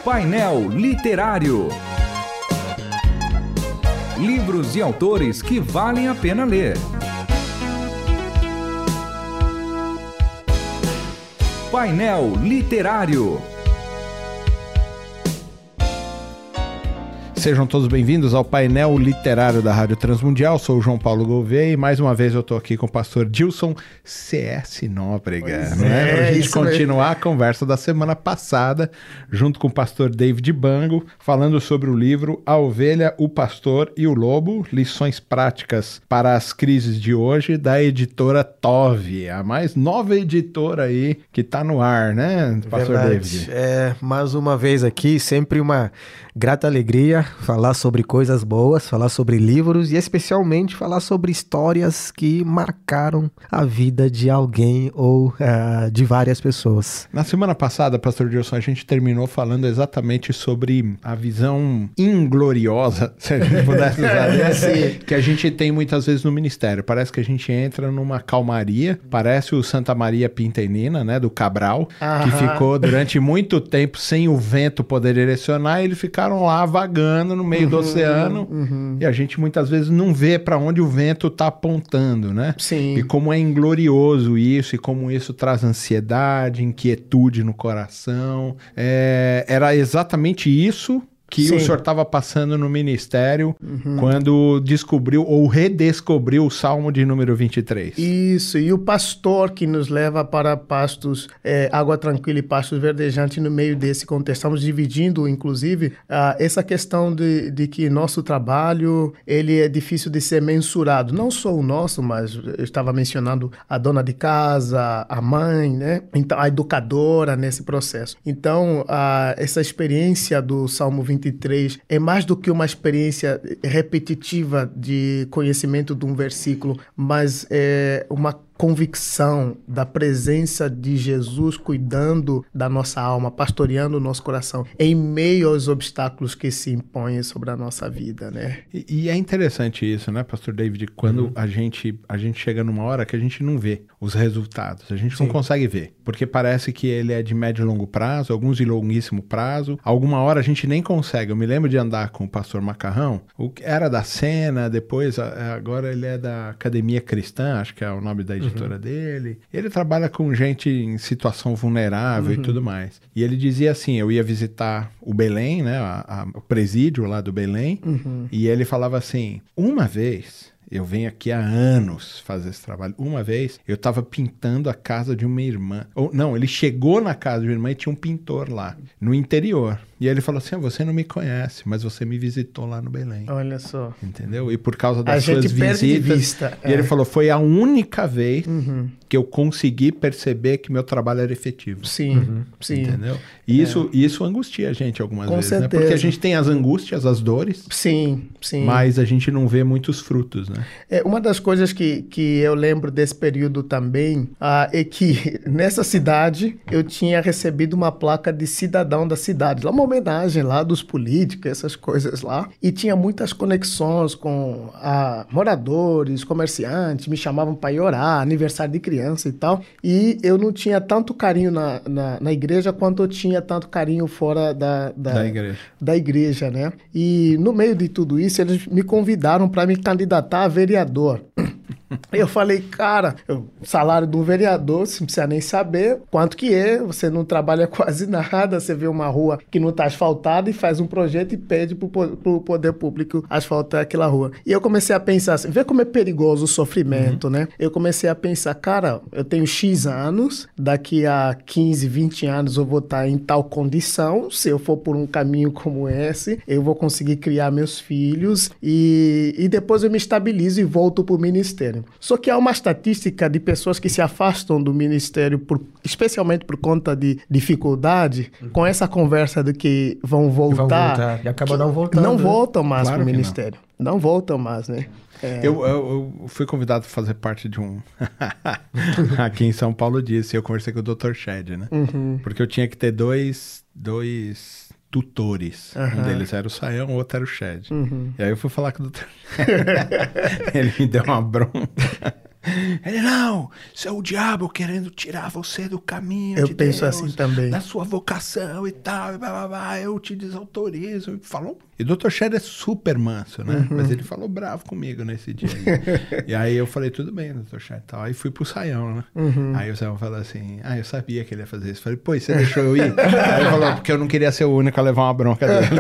Painel Literário. Livros e autores que valem a pena ler. Painel Literário. Sejam todos bem-vindos ao painel literário da Rádio Transmundial. Sou o João Paulo Gouveia e mais uma vez eu estou aqui com o pastor Dilson C.S. Nóbrega, né? Para a gente continuar a conversa da semana passada, junto com o pastor David Bango, falando sobre o livro A Ovelha, o Pastor e o Lobo, lições práticas para as crises de hoje, da editora Tove, a mais nova editora aí que está no ar, né, pastor David? Mais uma vez aqui, sempre uma grata alegria falar sobre coisas boas, falar sobre livros e especialmente falar sobre histórias que marcaram a vida de alguém ou de várias pessoas. Na semana passada, pastor Dilson, a gente terminou falando exatamente sobre a visão ingloriosa, se a gente pudesse usar essa, que a gente tem muitas vezes no ministério. Parece que a gente entra numa calmaria, parece o Santa Maria Pintenina, né, do Cabral, que ficou durante muito tempo sem o vento poder direcionar, e eles ficaram lá vagando no meio do oceano, e a gente muitas vezes não vê para onde o vento está apontando, né? Sim. E como é inglorioso isso, e como isso traz ansiedade, inquietude no coração. Era exatamente isso que o senhor estava passando no ministério quando descobriu ou redescobriu o Salmo de número 23. Isso, e o pastor que nos leva para pastos, água tranquila e pastos verdejantes no meio desse contexto. Estamos dividindo, inclusive, essa questão de que nosso trabalho ele é difícil de ser mensurado. Não só o nosso, mas eu estava mencionando a dona de casa, a mãe, né? Então, a educadora nesse processo. Então, essa experiência do Salmo 23 é mais do que uma experiência repetitiva de conhecimento de um versículo, mas é uma convicção da presença de Jesus cuidando da nossa alma, pastoreando o nosso coração, em meio aos obstáculos que se impõem sobre a nossa vida, né? E é interessante isso, né, pastor David? Quando a gente chega numa hora que a gente não vê os resultados, a gente não consegue ver, porque parece que ele é de médio e longo prazo, alguns de longuíssimo prazo, alguma hora a gente nem consegue. Eu me lembro de andar com o pastor Macarrão, era da Sena, depois, agora ele é da Academia Cristã, acho que é o nome da editora dele. Ele trabalha com gente em situação vulnerável e tudo mais. E ele dizia assim, eu ia visitar o Belém, né, o presídio lá do Belém, e ele falava assim, uma vez... Eu venho aqui há anos fazer esse trabalho. Uma vez, eu estava pintando a casa de uma irmã. Não, ele chegou na casa de uma irmã e tinha um pintor lá, no interior. E aí ele falou assim, você não me conhece, mas você me visitou lá no Belém. Olha só. Entendeu? E por causa das suas visitas... E ele falou, foi a única vez que eu consegui perceber que meu trabalho era efetivo. Sim, sim. Entendeu? E isso angustia a gente algumas vezes, certeza. Né? Porque a gente tem as angústias, as dores. Sim, sim. Mas a gente não vê muitos frutos, né? Uma das coisas que eu lembro desse período também é que nessa cidade eu tinha recebido uma placa de cidadão da cidade, lá uma homenagem lá dos políticos, essas coisas lá, e tinha muitas conexões com moradores, comerciantes, me chamavam para ir orar, aniversário de criança e tal, e eu não tinha tanto carinho na igreja quanto eu tinha tanto carinho fora da igreja, né? E no meio de tudo isso, eles me convidaram para me candidatar a vereador. Eu falei, cara, o salário de um vereador, você não precisa nem saber quanto que é, você não trabalha quase nada, você vê uma rua que não está asfaltada e faz um projeto e pede pro poder público asfaltar aquela rua. E eu comecei a pensar assim, vê como é perigoso o sofrimento, né? Eu comecei a pensar, cara, eu tenho X anos, daqui a 15, 20 anos eu vou estar em tal condição, se eu for por um caminho como esse, eu vou conseguir criar meus filhos e depois eu me estabilizo e volto pro ministério. Só que há uma estatística de pessoas que se afastam do ministério, especialmente por conta de dificuldade, com essa conversa de que vão voltar e acabam não voltando. Não voltam mais para o ministério. Não voltam mais, né? Eu fui convidado a fazer parte de um... Aqui em São Paulo disse, eu conversei com o Dr. Shed, né? Porque eu tinha que ter dois tutores. Um deles era o Saião, o outro era o Shed. E aí eu fui falar com o doutor. Ele me deu uma bronca. Ele, não, isso é o diabo querendo tirar você do caminho Eu de penso Deus, assim também. da sua vocação e tal, e blá, blá, blá, eu te desautorizo. E falou. E o Dr. Shed é super manso, né? Mas ele falou bravo comigo nesse dia. E aí eu falei, tudo bem, Dr. Shed. Aí fui pro Saião, né? Aí o Saião falou assim, eu sabia que ele ia fazer isso. Falei, pô, e você deixou eu ir? Aí ele falou, porque eu não queria ser o único a levar uma bronca dele.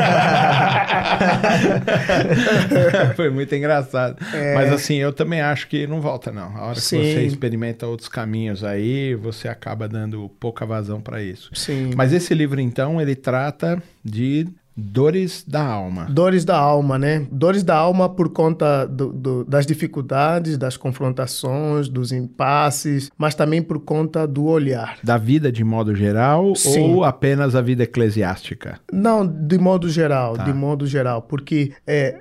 Foi muito engraçado. Mas assim, eu também acho que não volta, não. A hora que você experimenta outros caminhos aí, você acaba dando pouca vazão para isso. Sim. Mas esse livro, então, ele trata de dores da alma. Dores da alma, né? Dores da alma por conta das dificuldades, das confrontações, dos impasses, mas também por conta do olhar. Da vida de modo geral ou apenas a vida eclesiástica? Não, de modo geral, Tá. de modo geral, porque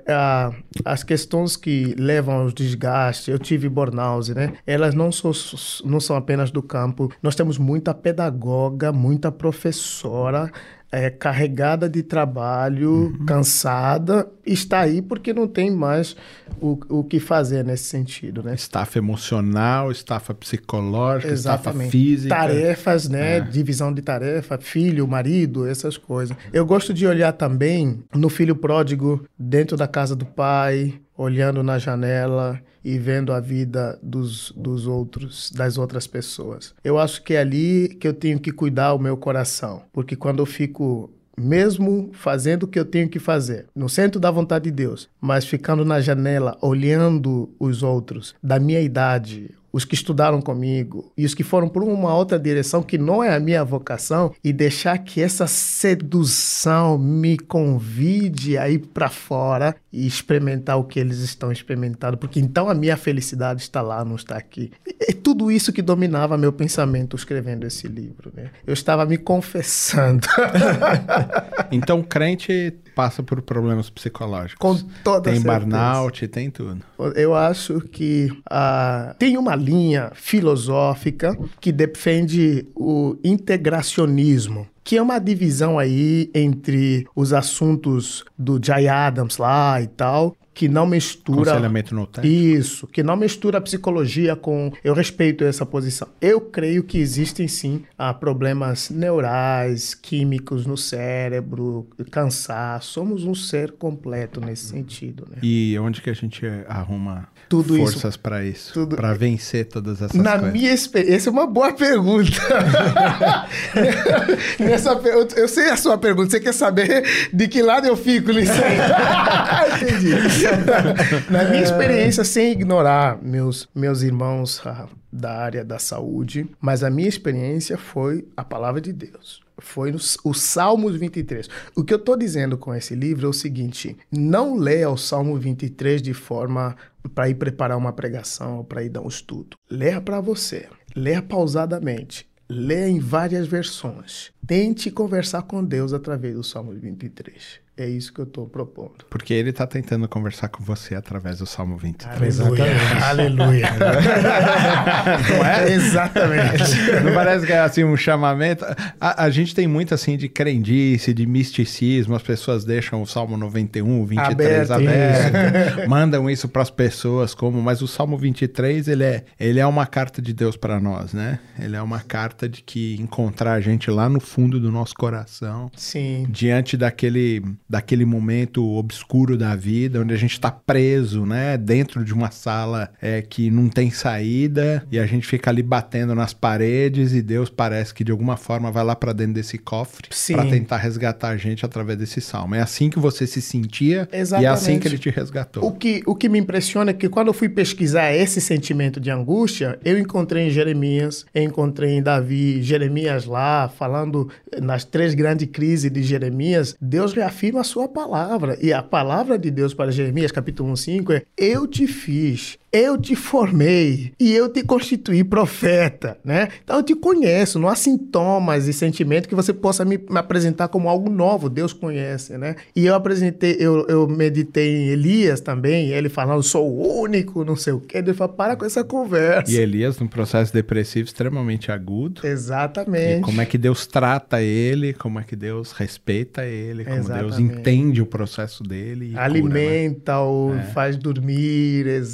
as questões que levam aos desgastes, eu tive burnout, né? Elas não são apenas do campo. Nós temos muita pedagoga, muita professora, carregada de trabalho, cansada, está aí porque não tem mais o que fazer nesse sentido, né? Estafa emocional, estafa psicológica, Exatamente. estafa física. Tarefas, né? Divisão de tarefa, filho, marido, essas coisas. Eu gosto de olhar também no filho pródigo dentro da casa do pai, olhando na janela e vendo a vida dos outros, das outras pessoas. Eu acho que é ali que eu tenho que cuidar o meu coração, porque quando eu fico mesmo fazendo o que eu tenho que fazer, no centro da vontade de Deus, mas ficando na janela, olhando os outros da minha idade, os que estudaram comigo e os que foram por uma outra direção que não é a minha vocação, e deixar que essa sedução me convide a ir para fora e experimentar o que eles estão experimentando, porque então a minha felicidade está lá, não está aqui. É tudo isso que dominava meu pensamento escrevendo esse livro, né? Eu estava me confessando. Então, crente passa por problemas psicológicos. Com toda tem certeza. burnout, tem tudo. Eu acho que tem uma linha filosófica que defende o integracionismo, que é uma divisão aí entre os assuntos do Jay Adams lá e tal, que não mistura... Aconselhamento no teto. Isso, que não mistura a psicologia com... Eu respeito essa posição. Eu creio que existem, sim, problemas neurais, químicos no cérebro, cansaço. Somos um ser completo nesse sentido, né? E onde que a gente arruma Tudo forças para isso? tudo- Para vencer todas essas Na coisas? minha experiência, essa é uma boa pergunta. Eu sei a sua pergunta. Você quer saber de que lado eu fico nisso aí? Entendi. Na minha experiência, sem ignorar meus irmãos da área da saúde, mas a minha experiência foi a palavra de Deus. Foi o Salmos 23. O que eu estou dizendo com esse livro é o seguinte: não leia o Salmo 23 de forma para ir preparar uma pregação ou para ir dar um estudo. Leia para você. Leia pausadamente. Leia em várias versões. Tente conversar com Deus através do Salmo 23. É isso que eu estou propondo. Porque ele está tentando conversar com você através do Salmo 23. Aleluia. Não é? Exatamente. Não parece que é assim um chamamento? A gente tem muito assim de crendice, de misticismo. As pessoas deixam o Salmo 91, 23 aberto, mandam isso para as pessoas mas o Salmo 23 ele é uma carta de Deus para nós, né? Ele é uma carta de que encontrar a gente lá no fundo do nosso coração. Sim. Diante daquele momento obscuro da vida, onde a gente está preso, né? Dentro de uma sala que não tem saída, e a gente fica ali batendo nas paredes, e Deus parece que de alguma forma vai lá para dentro desse cofre para tentar resgatar a gente através desse salmo. É assim que você se sentia. Exatamente. E é assim que ele te resgatou. O que me impressiona é que quando eu fui pesquisar esse sentimento de angústia, eu encontrei em Jeremias, eu encontrei em Davi, Jeremias lá, falando nas 3 grandes crises de Jeremias, Deus reafirma a sua palavra. E a palavra de Deus para Jeremias, capítulo 1:5, é: eu te fiz, eu te formei e eu te constituí profeta, né? Então eu te conheço, não há sintomas e sentimentos que você possa me apresentar como algo novo. Deus conhece, né? E eu meditei em Elias também, ele falando, sou o único, não sei o quê. Deus fala, para com essa conversa. E Elias num processo depressivo extremamente agudo. Exatamente. E como é que Deus trata ele, como é que Deus respeita ele, como Deus Exatamente. entende o processo dele. E Alimenta-o, faz dormir, exatamente.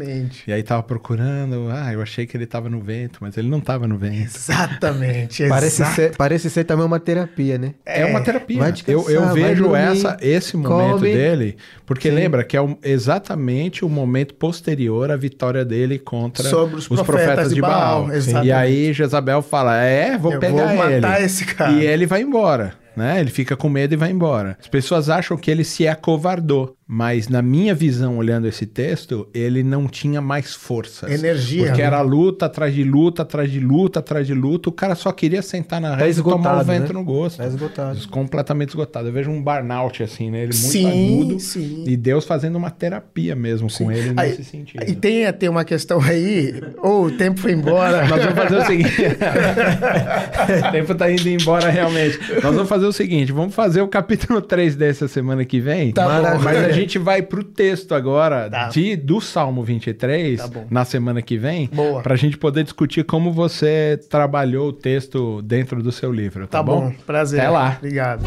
Exatamente. E aí tava procurando, eu achei que ele tava no vento, mas ele não tava no vento. Exatamente. Parece ser também uma terapia, né? É uma terapia. Vai descansar, eu vejo vai dormir, esse momento come. dele, porque lembra que é exatamente o momento posterior à vitória dele contra sobre os profetas de Baal. E aí Jezabel fala, vou pegar vou ele. matar esse cara. E ele vai embora. Né? Ele fica com medo e vai embora. As pessoas acham que ele se acovardou, mas na minha visão, olhando esse texto, ele não tinha mais forças. Energia. Porque era luta atrás de luta, atrás de luta, atrás de luta. O cara só queria sentar na rede e tomar o vento no gosto. Tá esgotado. Completamente esgotado. Eu vejo um burnout assim, né? Ele muito sim, agudo. Sim. E Deus fazendo uma terapia mesmo com ele nesse sentido. E tem uma questão aí, o tempo foi embora. Nós vamos fazer o seguinte. O tempo tá indo embora realmente. Nós vamos fazer o seguinte, vamos fazer o capítulo 3 dessa semana que vem, mas a gente vai pro texto agora do Salmo 23, na semana que vem, pra gente poder discutir como você trabalhou o texto dentro do seu livro, tá bom? Prazer. Até lá. Obrigado.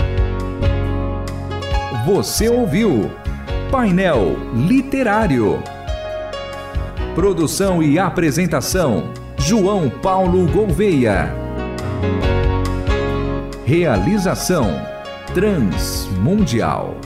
Você ouviu Painel Literário. Produção e apresentação, João Paulo Gouveia. Realização Transmundial.